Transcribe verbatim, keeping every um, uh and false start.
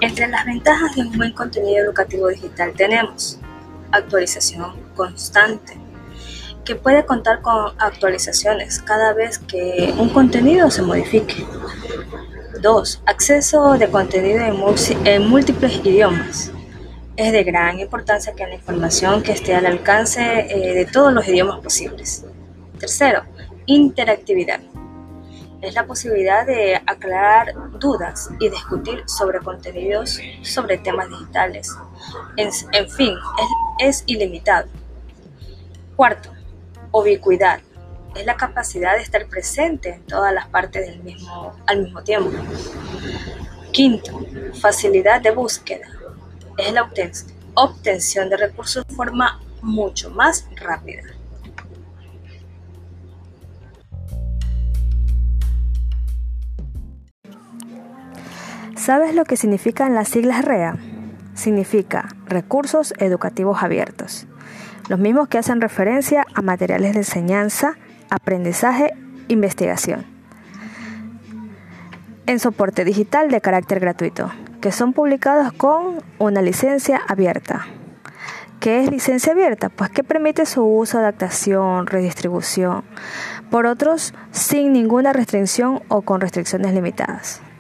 Entre las ventajas de un buen contenido educativo digital tenemos actualización constante, que puede contar con actualizaciones cada vez que un contenido se modifique. Dos, acceso de contenido en, en múltiples idiomas. Es de gran importancia que la información que esté al alcance eh, de todos los idiomas posibles. Tercero, interactividad. Es la posibilidad de aclarar dudas y discutir sobre contenidos sobre temas digitales. En, en fin, es, es ilimitado. Cuarto, ubicuidad. Es la capacidad de estar presente en todas las partes del mismo, al mismo tiempo. Quinto, facilidad de búsqueda. Es la obtención de recursos de forma mucho más rápida. ¿Sabes lo que significan las siglas R E A? Significa Recursos Educativos Abiertos, los mismos que hacen referencia a materiales de enseñanza, aprendizaje, investigación, en soporte digital de carácter gratuito, que son publicados con una licencia abierta. ¿Qué es licencia abierta? Pues que permite su uso, adaptación, redistribución por otros sin ninguna restricción o con restricciones limitadas.